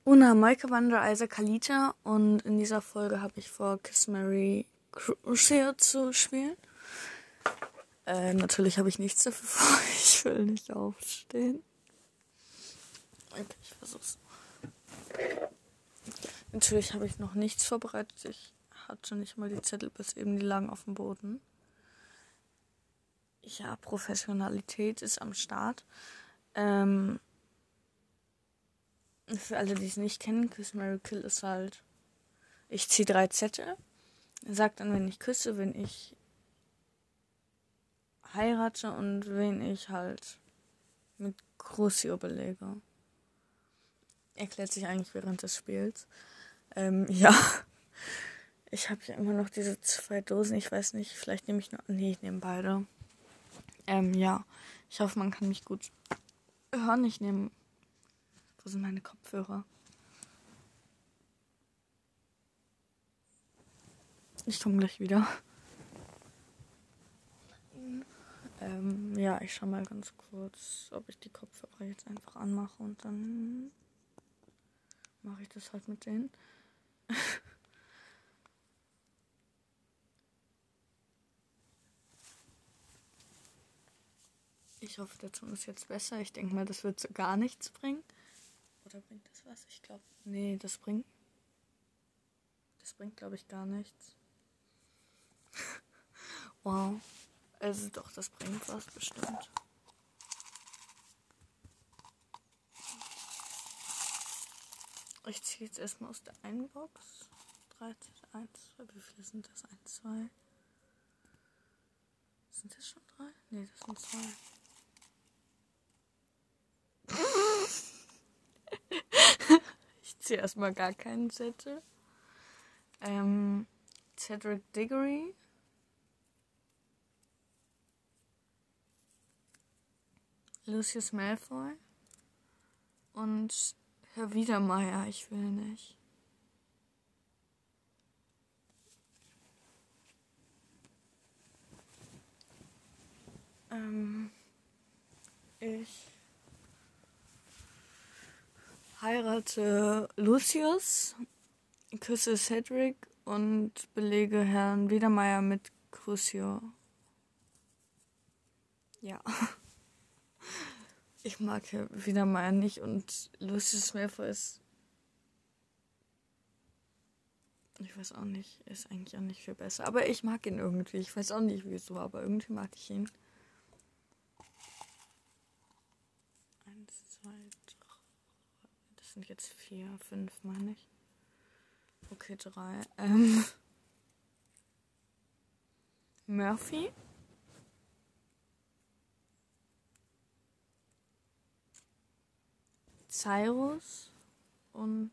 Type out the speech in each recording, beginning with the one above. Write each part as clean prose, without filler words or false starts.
Una Maike Wander Isaac Alita und in dieser Folge habe ich vor, Kiss Mary Crucio zu spielen. Natürlich habe ich nichts dafür vor, ich will nicht aufstehen. Okay, ich versuch's. Natürlich habe ich noch nichts vorbereitet, ich hatte nicht mal die Zettel, bis eben die lagen auf dem Boden. Ja, Professionalität ist am Start. Für alle, die es nicht kennen, Kiss Mary Kill ist halt, ich ziehe 3 Zettel, sag dann, wen ich küsse, wen ich heirate und wen ich halt mit Crucio belege. Erklärt sich eigentlich während des Spiels. Ja. Ich habe ja immer noch diese 2 Dosen. Ich weiß nicht, vielleicht nehme ich noch. Nee, ich nehme beide. Ja. Ich hoffe, man kann mich gut hören. Ich nehme. Wo sind meine Kopfhörer? Ich komme gleich wieder. Ja, ich schaue mal ganz kurz, ob ich die Kopfhörer jetzt einfach anmache und dann mache ich das halt mit denen. Ich hoffe, der Ton ist jetzt besser. Ich denke mal, das wird so gar nichts bringen. Oder bringt das was? Ich glaube, nee, das bringt, glaube ich, gar nichts. Wow. Also doch, das bringt was bestimmt. Ich ziehe jetzt erstmal aus der einen Box. 13, 1, 2, wie viele sind das? 1, 2. Sind das schon 3? Nee, das sind 2. Ich ziehe erstmal gar keinen Zettel. Cedric Diggory. Lucius Malfoy. Und Herr Wiedermeier, ich will nicht. Ich heirate Lucius, küsse Cedric und belege Herrn Wiedermeier mit Crucio. Ja. Ich mag Herrn Wiedermeier nicht und Lucius Malfoy ist... Ich weiß auch nicht, ist eigentlich auch nicht viel besser. Aber ich mag ihn irgendwie. Ich weiß auch nicht wieso, aber irgendwie mag ich ihn. 1, 2, 3. Das sind jetzt 4, 5, meine ich. Okay, 3. Murphy. Cyrus. Und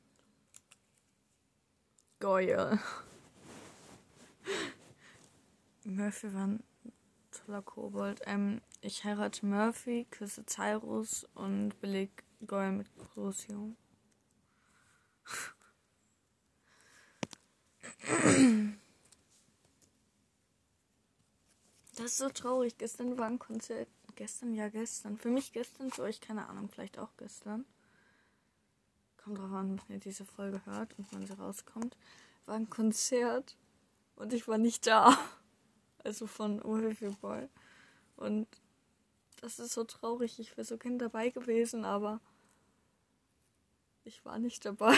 Goyle. Murphy war ein toller Kobold. Ich heirate Murphy, küsse Cyrus und beleg Goyle mit Crucio. Das ist so traurig. Gestern war ein Konzert. Gestern. Für mich gestern, für euch keine Ahnung, vielleicht auch gestern. Kommt drauf an, wenn ihr diese Folge hört und wann sie rauskommt. War ein Konzert und ich war nicht da. Also von Movie Boy. Und das ist so traurig. Ich wäre so gern dabei gewesen, aber ich war nicht dabei.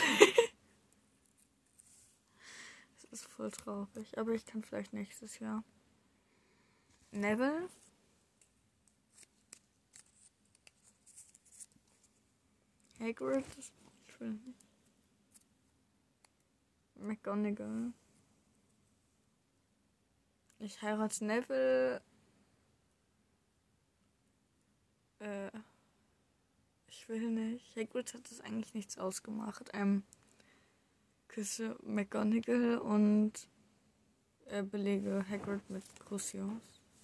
Das ist voll traurig. Aber ich kann vielleicht nächstes Jahr. Neville. Hagrid. Ich will nicht. McGonagall. Ich heirate Neville. Ich will nicht. Hagrid hat das eigentlich nichts ausgemacht. Küsse McGonagall und belege Hagrid mit Crucius.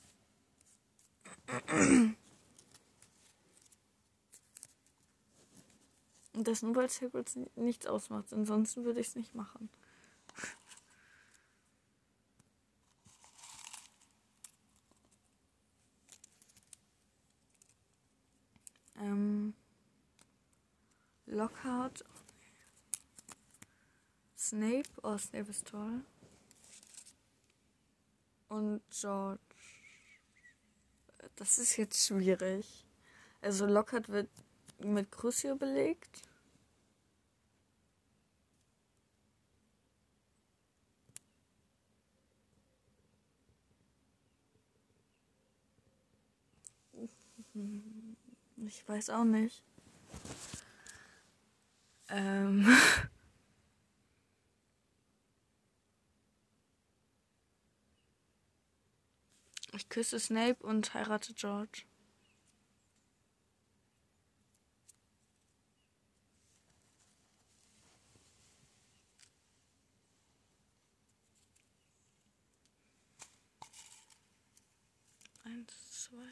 Und das nur, weil es Hagrid nichts ausmacht. Ansonsten würde ich es nicht machen. Lockhart. Snape. Oh, Snape ist toll. Und George. Das ist jetzt schwierig. Also Lockhart wird mit Crucio belegt. Ich weiß auch nicht. Ich küsse Snape und heirate George. Eins, zwei,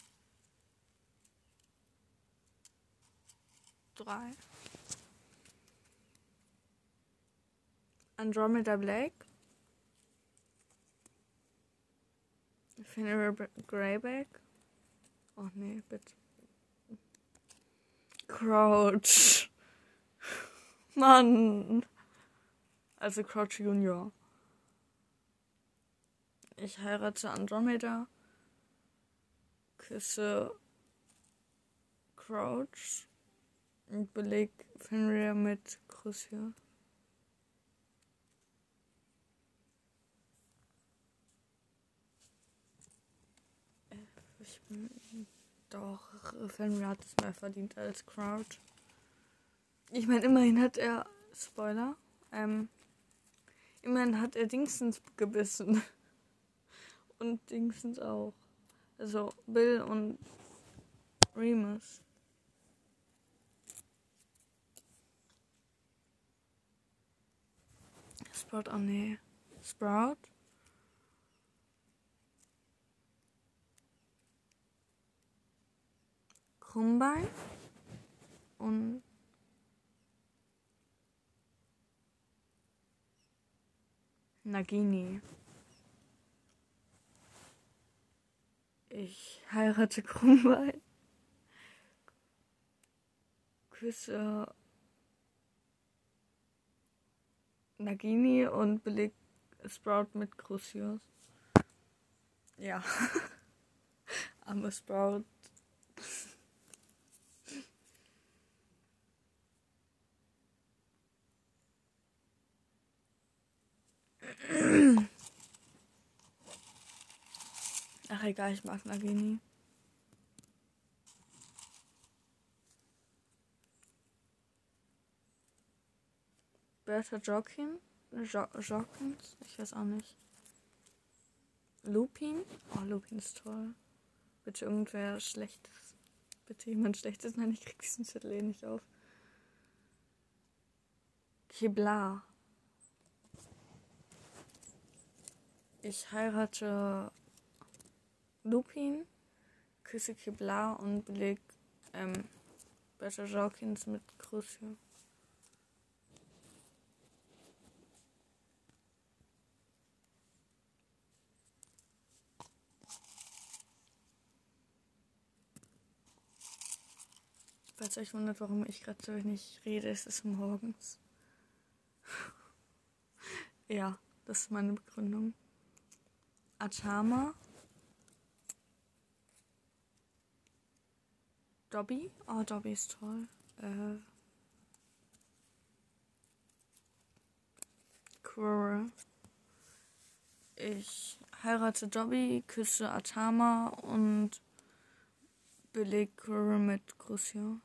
drei. Andromeda Black. Fenrir Greyback. Oh nee, bitte. Crouch. Mann. Also Crouch Junior. Ich heirate Andromeda. Küsse Crouch. Und beleg Fenrir mit Crucio. Doch, Fenrir hat es mehr verdient als Crouch. Ich meine, immerhin hat er, Spoiler, immerhin hat er Dingsens gebissen. Und Dingsens auch. Also Bill und Remus. Sprout, oh nee. Sprout? Krummbein und Nagini. Ich heirate Krummbein. Küsse Nagini und beleg Sprout mit Crucius. Ja. Arme Sprout. Ach egal, ich mag Nagini. Bertha Jorkins? Ich weiß auch nicht. Lupin? Oh, Lupin ist toll. Bitte irgendwer Schlechtes. Bitte jemand Schlechtes. Nein, ich krieg diesen Zettel eh nicht auf. Kibla. Ich heirate Lupin, küsse Kibla und beleg Bertha Jorkins mit Crucio. Falls euch wundert, warum ich gerade so wenig rede, ist es morgens. Ja, das ist meine Begründung. Atama. Dobby. Oh, Dobby ist toll. Quirrell. Ich heirate Dobby, küsse Atama und beleg Quirrell mit Crucio.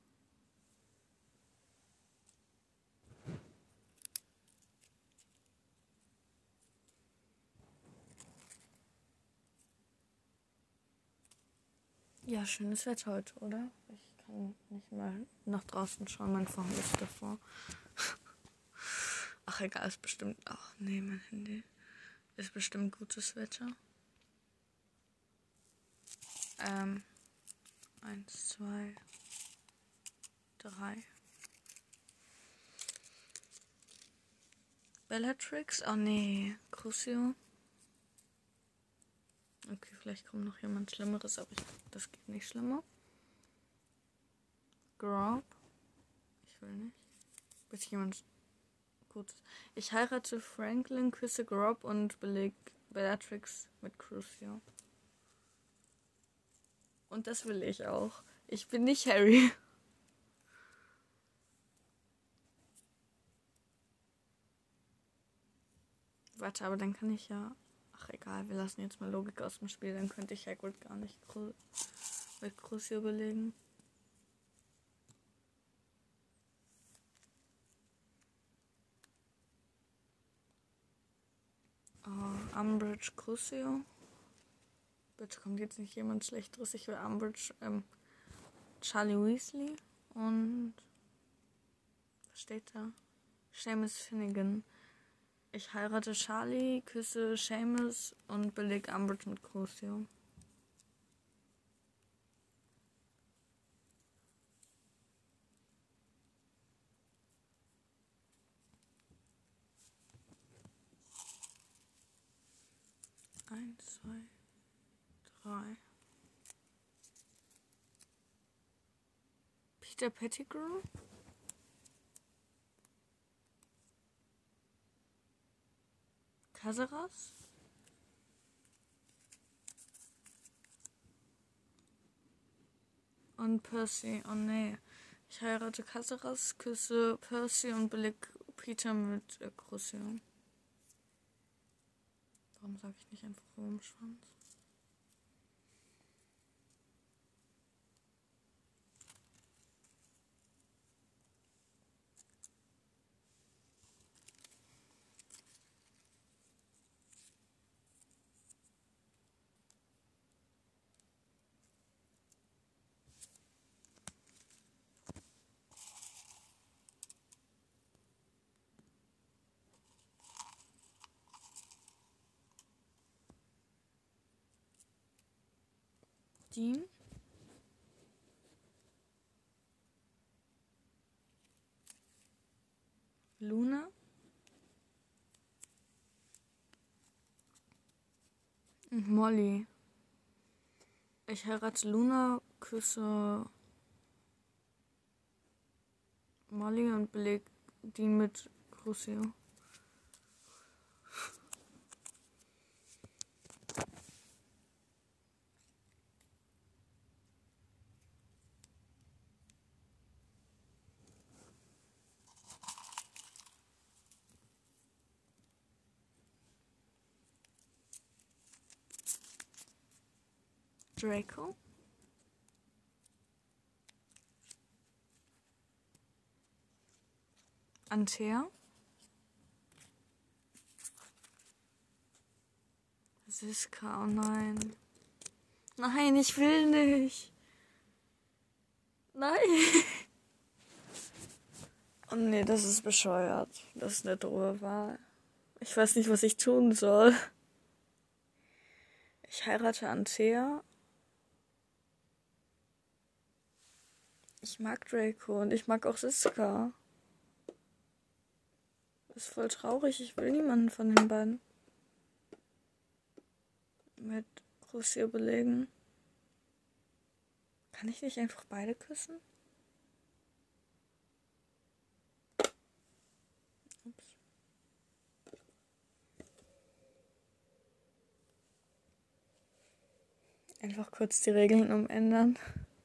Ja, schönes Wetter heute, oder? Ich kann nicht mal nach draußen schauen, mein Vorhang ist davor. Ach, egal, ist bestimmt. Ach, nee, mein Handy. Ist bestimmt gutes Wetter. 1, 2, 3. Bellatrix? Oh nee, Crucio. Okay, vielleicht kommt noch jemand Schlimmeres, aber das geht nicht schlimmer. Grob. Ich will nicht. Bitte jemand gut. Ich heirate Franklin, küsse Grob und beleg Bellatrix mit Crucio. Und das will ich auch. Ich bin nicht Harry. Warte, aber dann kann ich ja... Ach egal, wir lassen jetzt mal Logik aus dem Spiel. Dann könnte ich Hagrid gar nicht mit Crucio belegen. Umbridge Crucio. Bitte kommt jetzt nicht jemand Schlechteres. Ich will Umbridge, Charlie Weasley und... Was steht da? Seamus Finnegan. Ich heirate Charlie, küsse Seamus und beleg Umbridge mit Crucio. Eins, zwei, drei. Peter Pettigrew. Casaras. Und Percy. Oh nee. Ich heirate Casaras, küsse Percy und beleg Peter mit Crucio. Warum sage ich nicht einfach Wurmschwanz? Dean. Luna. Und Molly. Ich heirate Luna, küsse Molly und beleg Dean mit Crucio. Draco. Antea. Siska, oh nein. Nein, ich will nicht. Nein. Oh nee, das ist bescheuert. Das ist eine doofe Wahl. Ich weiß nicht, was ich tun soll. Ich heirate Antea. Ich mag Draco und ich mag auch Siska. Das ist voll traurig. Ich will niemanden von den beiden mit Crucio belegen. Kann ich nicht einfach beide küssen? Ups. Einfach kurz die Regeln umändern.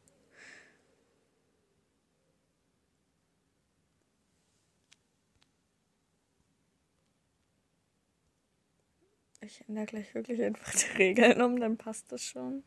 Ich ändere gleich wirklich einfach die Regeln um, dann passt das schon.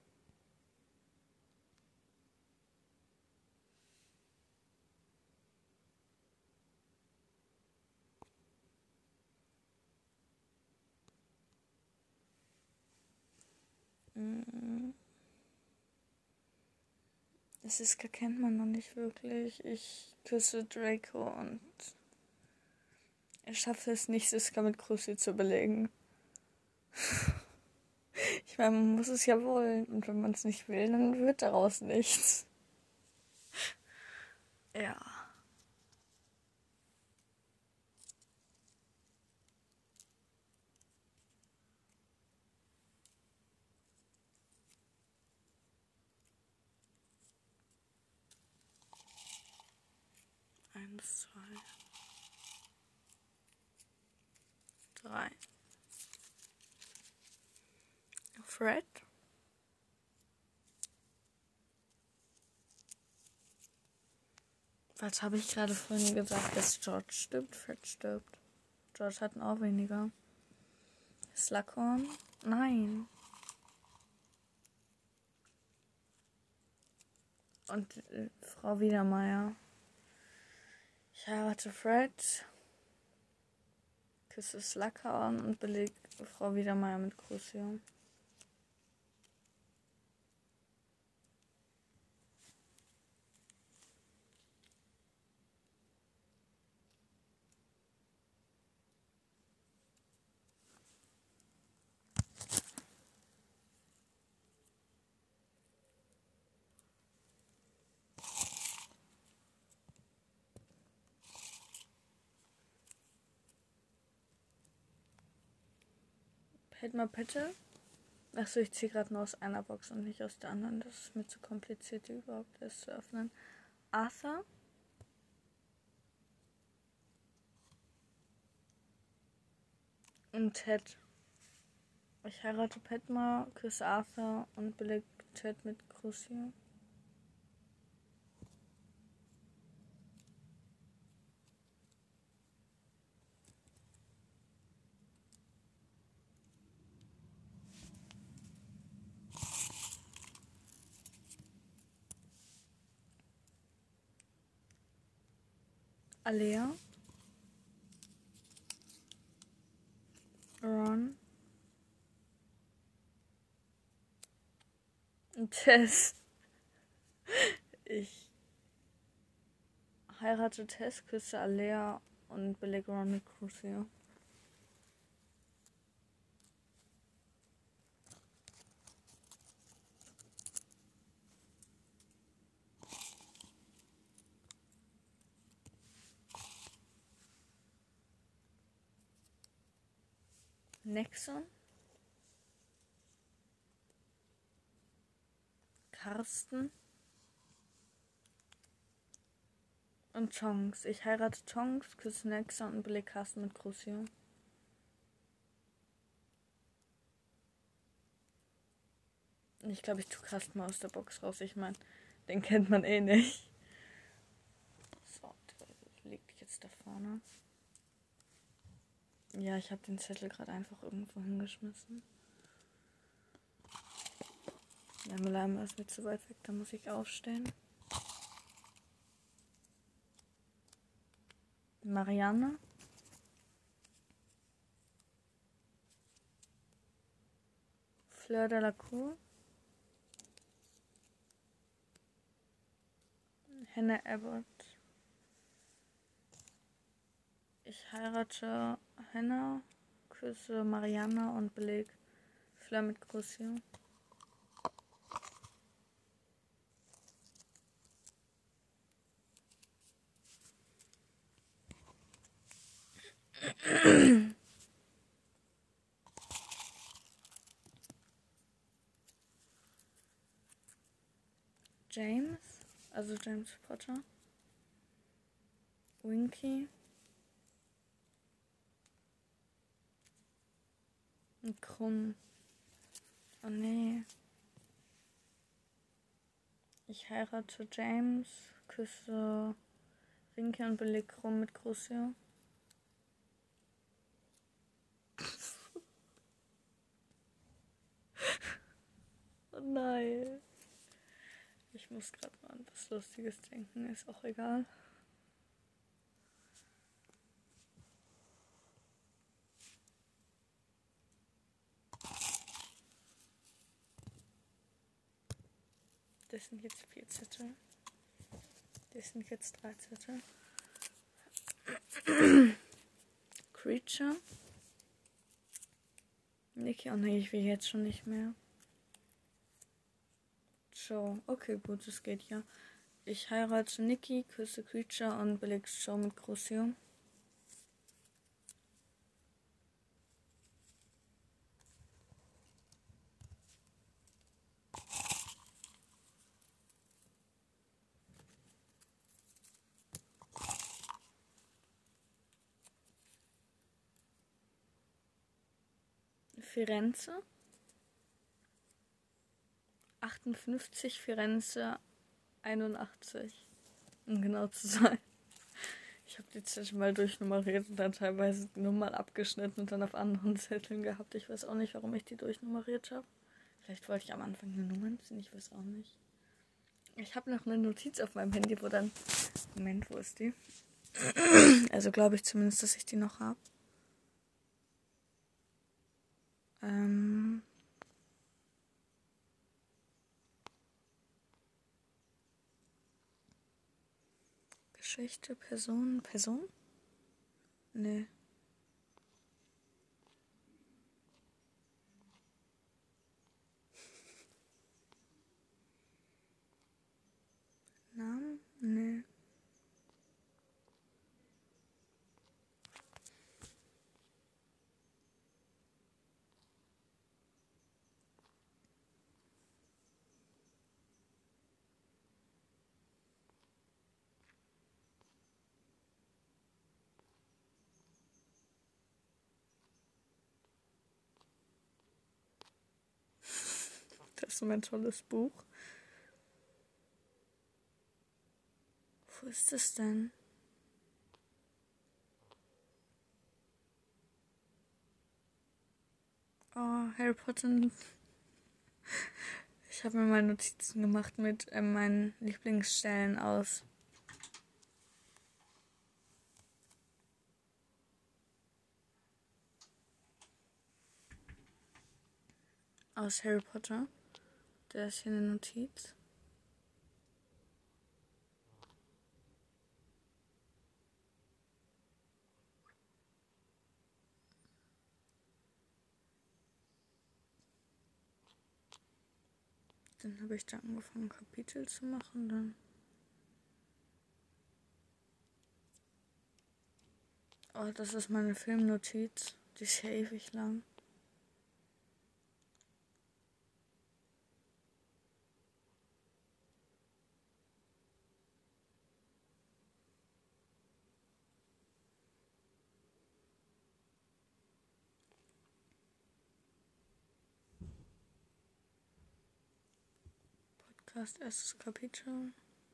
Siska kennt man noch nicht wirklich. Ich küsse Draco und ich schaffe es nicht, Siska mit Crucio zu belegen. Ich meine, man muss es ja wollen. Und wenn man es nicht will, dann wird daraus nichts. Ja. Eins, zwei. 3. Fred. Was habe ich gerade vorhin gesagt, dass George stirbt? Fred stirbt. George hatten auch weniger. Slughorn? Nein. Und Frau Wiedermeier. Ich heirate Fred, küsse Slughorn und beleg Frau Wiedermeier mit Crucio. Padma Patel. Achso, ich ziehe gerade nur aus einer Box und nicht aus der anderen. Das ist mir zu kompliziert, die überhaupt erst zu öffnen. Arthur. Und Ted. Ich heirate Padma, küsse Arthur und beleg Ted mit Crucio. Alea. Ron. Und Tess. Ich heirate Tess, küsse Alea und belege Ron mit Crucio. Nexon. Karsten. Und Tonks. Ich heirate Tonks, küsse Nexon und belege Karsten mit Crucio. Ich glaube, ich tue Karsten mal aus der Box raus. Ich meine, den kennt man eh nicht. So, der liegt jetzt da vorne. Ja, ich habe den Zettel gerade einfach irgendwo hingeschmissen. Der Mülleimer ist mir zu weit weg, da muss ich aufstehen. Marianne. Fleur de la Cour. Hannah Abbott. Ich heirate Hannah, küsse Marianne und beleg Fleur mit Crucio. James, also James Potter. Winky. Und Krumm. Oh nee. Ich heirate James, küsse Winky und beleg Krumm mit Crucio. Oh nein. Ich muss gerade mal an was Lustiges denken, ist auch egal. Das sind jetzt 4 Zettel. Das sind jetzt 3 Zettel. Creature. Nikki, oh nee, ich will jetzt schon nicht mehr. Joe. Okay, gut, das geht ja. Ich heirate Nikki, küsse Creature und beleg Joe mit Crucio. Firenze. 58 Firenze 81. Um genau zu sein. Ich habe die Zettel mal durchnummeriert und dann teilweise die Nummern abgeschnitten und dann auf anderen Zetteln gehabt. Ich weiß auch nicht, warum ich die durchnummeriert habe. Vielleicht wollte ich am Anfang eine Nummer ziehen, ich weiß auch nicht. Ich habe noch eine Notiz auf meinem Handy, wo dann... Moment, wo ist die? Also glaube ich zumindest, dass ich die noch habe. Geschichte, Person? Nee. Namen? Nee. Das ist mein tolles Buch. Wo ist es denn? Oh, Harry Potter. Ich habe mir mal Notizen gemacht mit meinen Lieblingsstellen aus Harry Potter. Da ist hier eine Notiz. Dann habe ich da angefangen, Kapitel zu machen. Dann. Oh, das ist meine Filmnotiz. Die ist ja ewig lang. Podcast, erstes Kapitel.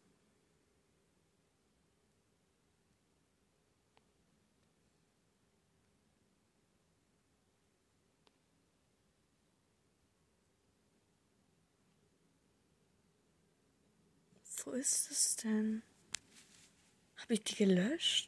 Wo ist es denn? Habe ich die gelöscht?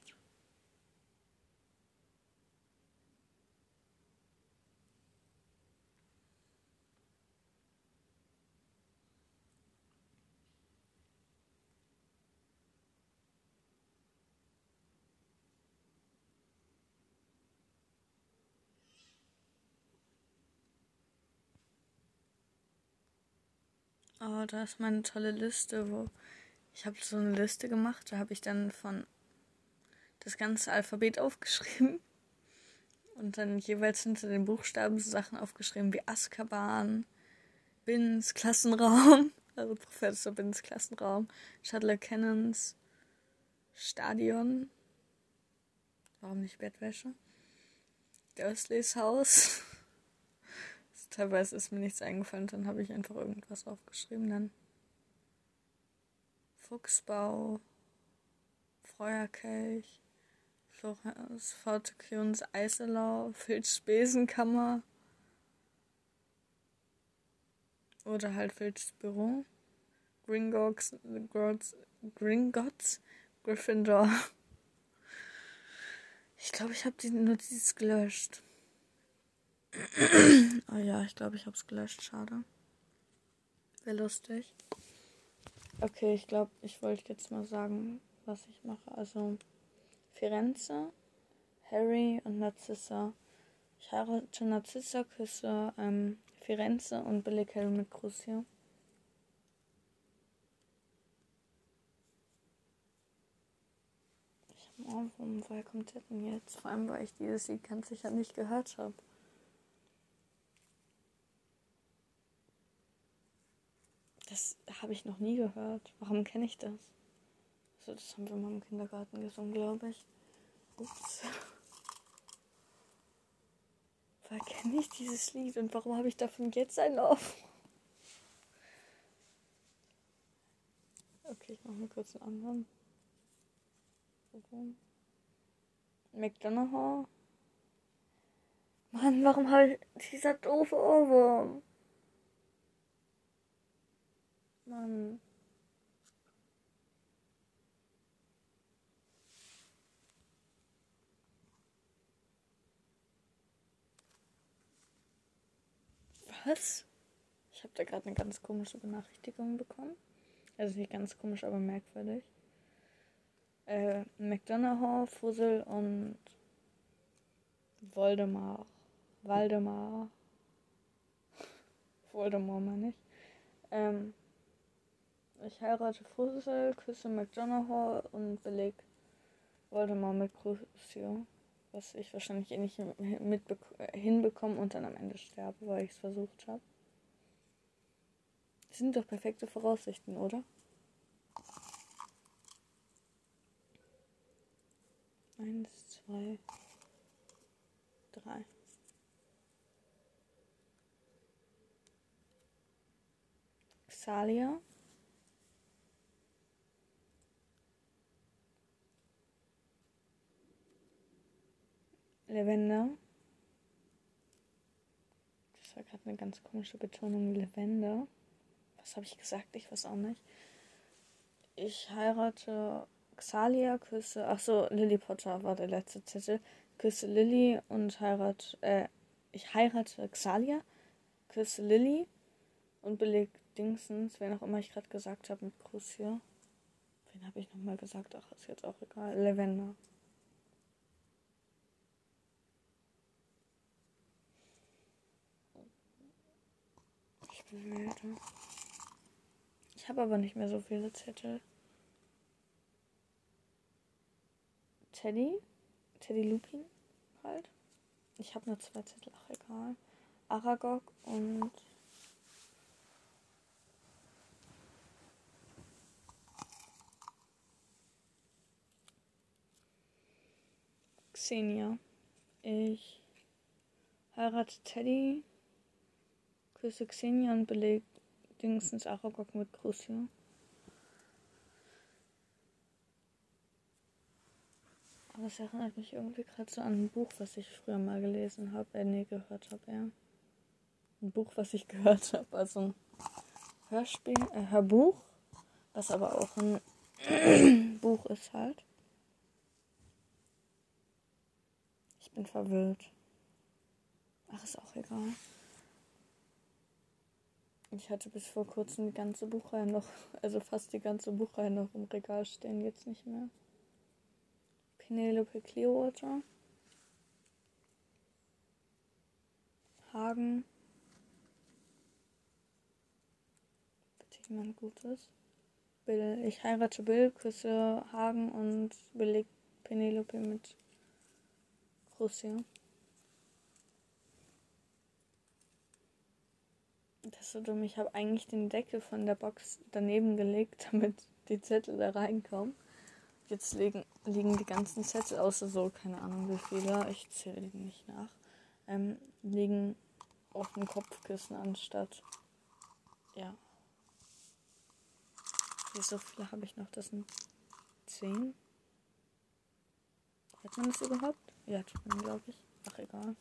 Oh, da ist meine tolle Liste, wo ich habe so eine Liste gemacht, da habe ich dann von das ganze Alphabet aufgeschrieben und dann jeweils hinter den Buchstaben so Sachen aufgeschrieben wie Azkaban, Bins Klassenraum, also Professor Bins Klassenraum, Shuttle Cannons, Stadion, warum nicht Bettwäsche, Dursleys Haus. Teilweise ist mir nichts eingefallen, dann habe ich einfach irgendwas aufgeschrieben. Dann Fuchsbau, Feuerkelch, Florenz Fortepians Eiselau, Filchs Besenkammer oder halt Filchs Büro, Gringotts, Gryffindor. Ich glaube, ich habe die Notiz gelöscht. Oh ja, ich glaube, ich habe es gelöscht. Schade. Wäre lustig. Okay, ich glaube, ich wollte jetzt mal sagen, was ich mache. Also Firenze, Harry und Narzissa. Ich heirate Narzissa, küsse Firenze und billig Harry mit Crucio. Ich habe einen Ohrwurm. Woher kommt der denn jetzt? Vor allem, weil ich dieses Lied ganz sicher nicht gehört habe. Das habe ich noch nie gehört. Warum kenne ich das? Also das haben wir mal im Kindergarten gesungen, glaube ich. Ups. Woher kenne ich dieses Lied und warum habe ich davon jetzt einen auf? Okay, ich mache mal kurz einen anderen. McDonald. Mann, warum habe ich dieser doofe Ohrwurm? Mann. Was? Ich habe da gerade eine ganz komische Benachrichtigung bekommen. Also nicht ganz komisch, aber merkwürdig. McDonald, Fussel und Voldemort. Voldemort meine ich. Ich heirate Fussel, küsse McDonald und beleg Voldemort mit Crucio. Was ich wahrscheinlich eh nicht hinbekomme und dann am Ende sterbe, weil ich es versucht habe. Das sind doch perfekte Voraussichten, oder? 1, 2, 3. Xalia. Lavender. Das war gerade eine ganz komische Betonung. Lavender. Was habe ich gesagt? Ich weiß auch nicht. Ich heirate Xalia, küsse. Achso, Lily Potter war der letzte Zettel. Küsse Lily und ich heirate Xalia, küsse Lily und beleg Dingsens, wen auch immer ich gerade gesagt habe, mit Crucio. Wen habe ich nochmal gesagt? Ach, ist jetzt auch egal. Lavender. Ich bin müde. Ich habe aber nicht mehr so viele Zettel. Teddy Lupin halt. Ich habe nur 2 Zettel, ach egal. Aragog und Xenia. Ich heirate Teddy, küsse Xenia und beleg Dingsens Aragog mit Crucio. Aber es erinnert mich irgendwie gerade so an ein Buch, was ich früher mal gelesen habe. Gehört habe, ja. Ein Buch, was ich gehört habe. Also ein Hörbuch, was aber auch ein Buch ist halt. Ich bin verwirrt. Ach, ist auch egal. Ich hatte bis vor kurzem die ganze Buchreihe noch, also fast die ganze Buchreihe noch im Regal stehen, jetzt nicht mehr. Penelope Clearwater. Hagen. Bitte jemand Gutes. Bill. Ich heirate Bill, küsse Hagen und beleg Penelope mit Crucio. Das ist so dumm. Ich habe eigentlich den Deckel von der Box daneben gelegt, damit die Zettel da reinkommen. Jetzt liegen die ganzen Zettel, außer so, keine Ahnung wie viele, ich zähle die nicht nach, liegen auf dem Kopfkissen anstatt, ja. Wie so viele habe ich noch? Das sind 10. Hat man das überhaupt? Ja, tut man, glaube ich. Ach, egal.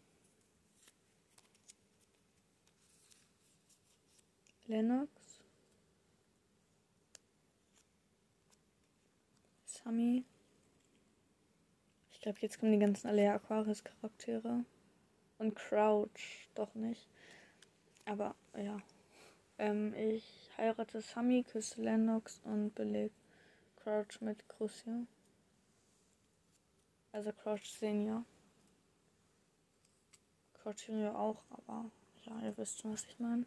Lennox. Sammy. Ich glaube, jetzt kommen die ganzen Alea Aquarius Charaktere. Und Crouch doch nicht. Aber, ja. Ich heirate Sammy, küsse Lennox und beleg Crouch mit Crucio. Also Crouch Senior. Crouch Junior auch, aber ja, ihr wisst schon, was ich meine.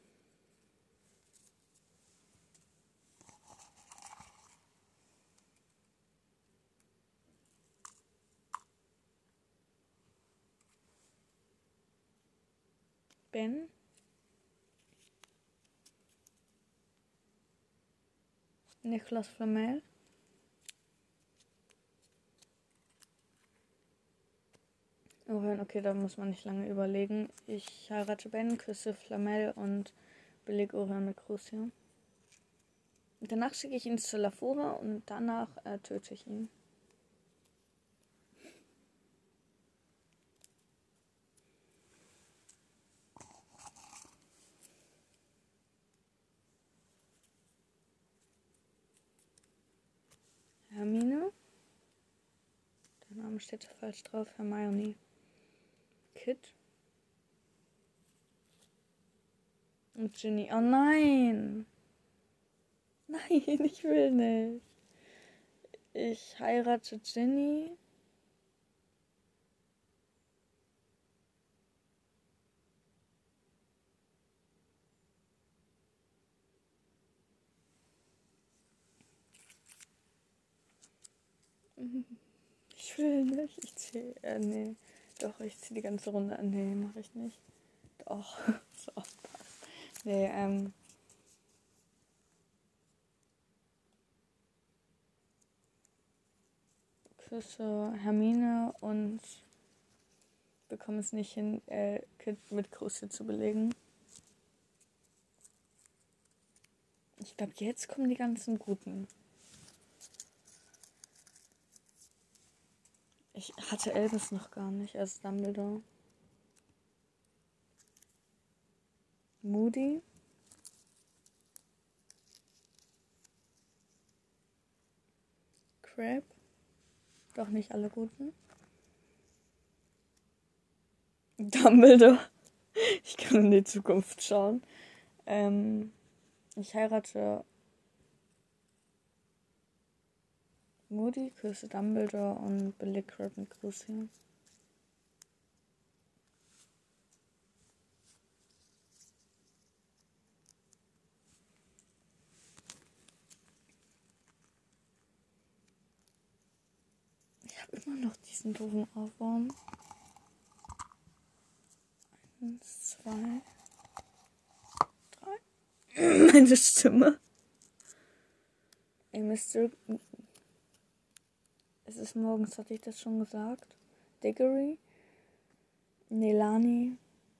Ben. Niklas Flamel. Orion, okay, da muss man nicht lange überlegen. Ich heirate Ben, küsse Flamel und belege Orion mit Crucio. Danach schicke ich ihn zu Lafora und danach töte ich ihn. Hermine. Der Name steht falsch drauf. Hermione. Kid. Und Ginny. Oh nein! Nein, ich will nicht. Ich heirate Ginny. Ich will nicht. Ich ziehe. Nee. Doch, ich ziehe die ganze Runde an. Nee, mache ich nicht. Doch. So, passt. Nee, küsse Hermine und bekomme es nicht hin, Kid mit Crucio zu belegen. Ich glaube, jetzt kommen die ganzen Guten. Ich hatte Albus noch gar nicht als Dumbledore. Moody. Crab. Doch nicht alle Guten. Dumbledore. Ich kann in die Zukunft schauen. Ich heirate Moody, küsse Dumbledore und beleg Crab mit Crucio. Ich habe immer noch diesen doofen Ohrwurm. 1, 2, 3. Meine Stimme. Ey, Mr. Es ist morgens, hatte ich das schon gesagt? Diggory. Nelani.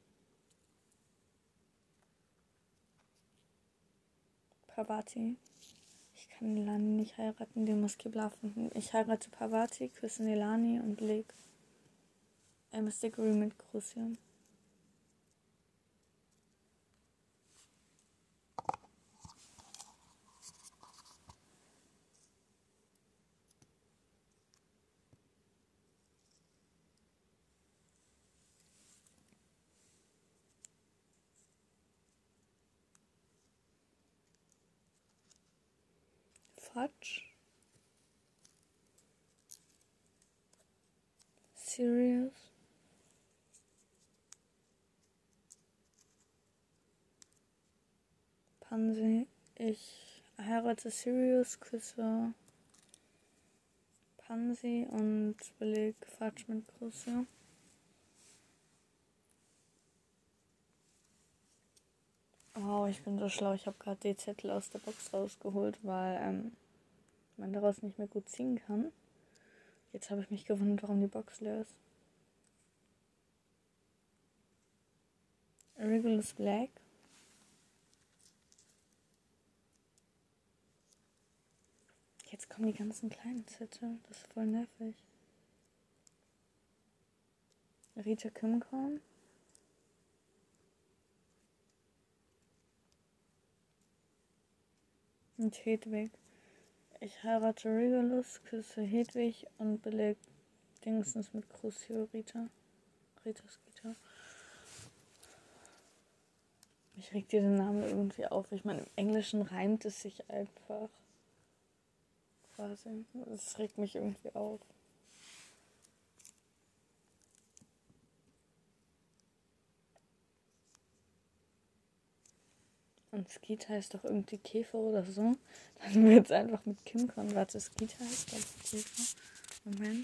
Parvati. Ich kann Nelani nicht heiraten, den muss Kibla finden. Ich heirate Parvati, küsse Nelani und leg Miss Diggory mit Crucio. Fudge. Sirius. Pansy. Ich heirate Sirius, küsse Pansy und beleg Fudge mit Crucio. Wow, ich bin so schlau. Ich habe gerade die Zettel aus der Box rausgeholt, weil man daraus nicht mehr gut ziehen kann. Jetzt habe ich mich gewundert, warum die Box leer ist. Regulus Black. Jetzt kommen die ganzen kleinen Zettel. Das ist voll nervig. Rita Kimcorn. Und Hedwig. Ich heirate Regulus, küsse Hedwig und beleg Dingsens mit Crucio Rita. Ritas Rita. Ich reg diesen Namen irgendwie auf. Ich meine, im Englischen reimt es sich einfach. Quasi. Das regt mich irgendwie auf. Und Skeet heißt doch irgendwie Käfer oder so. Dann wird es einfach mit Kimcorn. Warte, Skeet heißt glaube ich Käfer. Moment.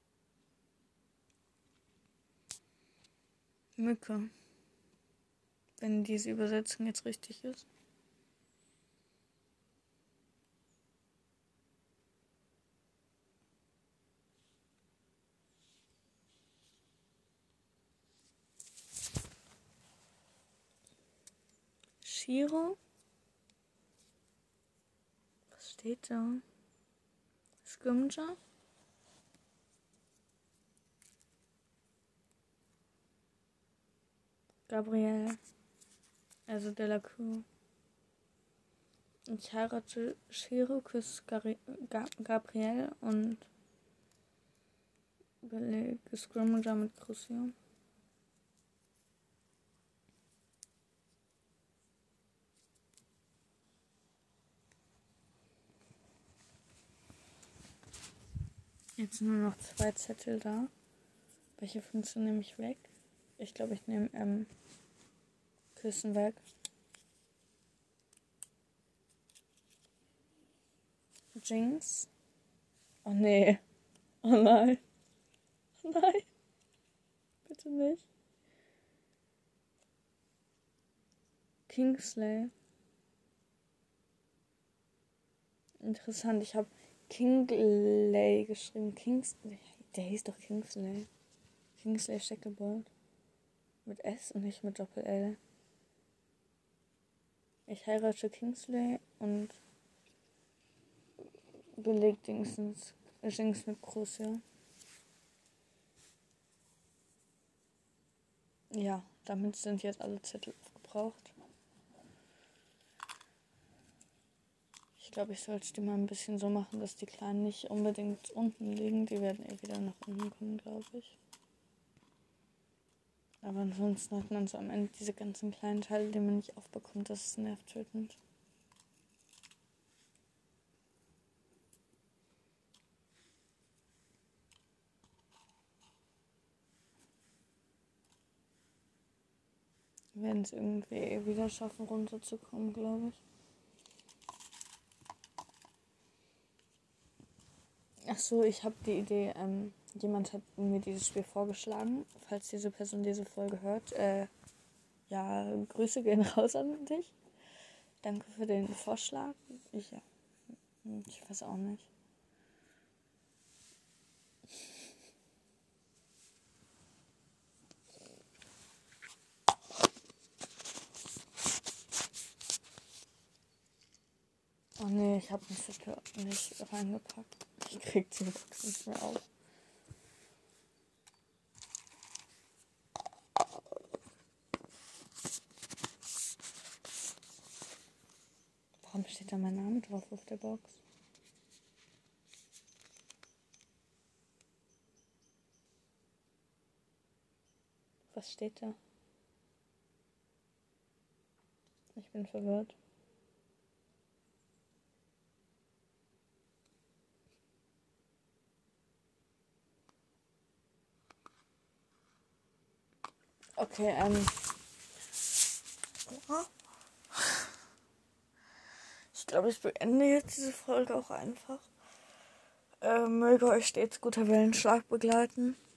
Mücke. wenn diese Übersetzung jetzt richtig ist. Shiro? Was steht da? Scrimger? Gabrielle. Also Delacour. Ich heirate Shiro, küsse Gabrielle und belege Scrimger mit Crucio. Jetzt sind nur noch 2 Zettel da. Welche Funktion nehme ich weg? Ich glaube, ich nehme Küssen weg. Jinx. Oh nee. Oh nein. Oh nein. Bitte nicht. Kingsley. Interessant, ich habe Kingley geschrieben. Der hieß doch Kingsley. Kingsley Shacklebolt. Mit S und nicht mit Doppel-L. Ich heirate Kingsley und belegt Jinx mit Crucio. Ja, damit sind jetzt alle Zettel aufgebraucht. Ich glaube, ich sollte die mal ein bisschen so machen, dass die Kleinen nicht unbedingt unten liegen. Die werden wieder nach unten kommen, glaube ich. Aber ansonsten hat man so am Ende diese ganzen kleinen Teile, die man nicht aufbekommt. Das ist nervtötend. Wir werden es irgendwie wieder schaffen, runterzukommen, glaube ich. Ach so, ich habe die Idee, jemand hat mir dieses Spiel vorgeschlagen. Falls diese Person diese Folge hört, ja, Grüße gehen raus an dich. Danke für den Vorschlag. Ich weiß auch nicht. Oh nee, ich habe den Zettel nicht reingepackt. Ich krieg die Box nicht mehr auf. Warum steht da mein Name drauf auf der Box? Was steht da? Ich bin verwirrt. Okay, ich glaube, ich beende jetzt diese Folge auch einfach. Möge euch stets guter Wellenschlag begleiten.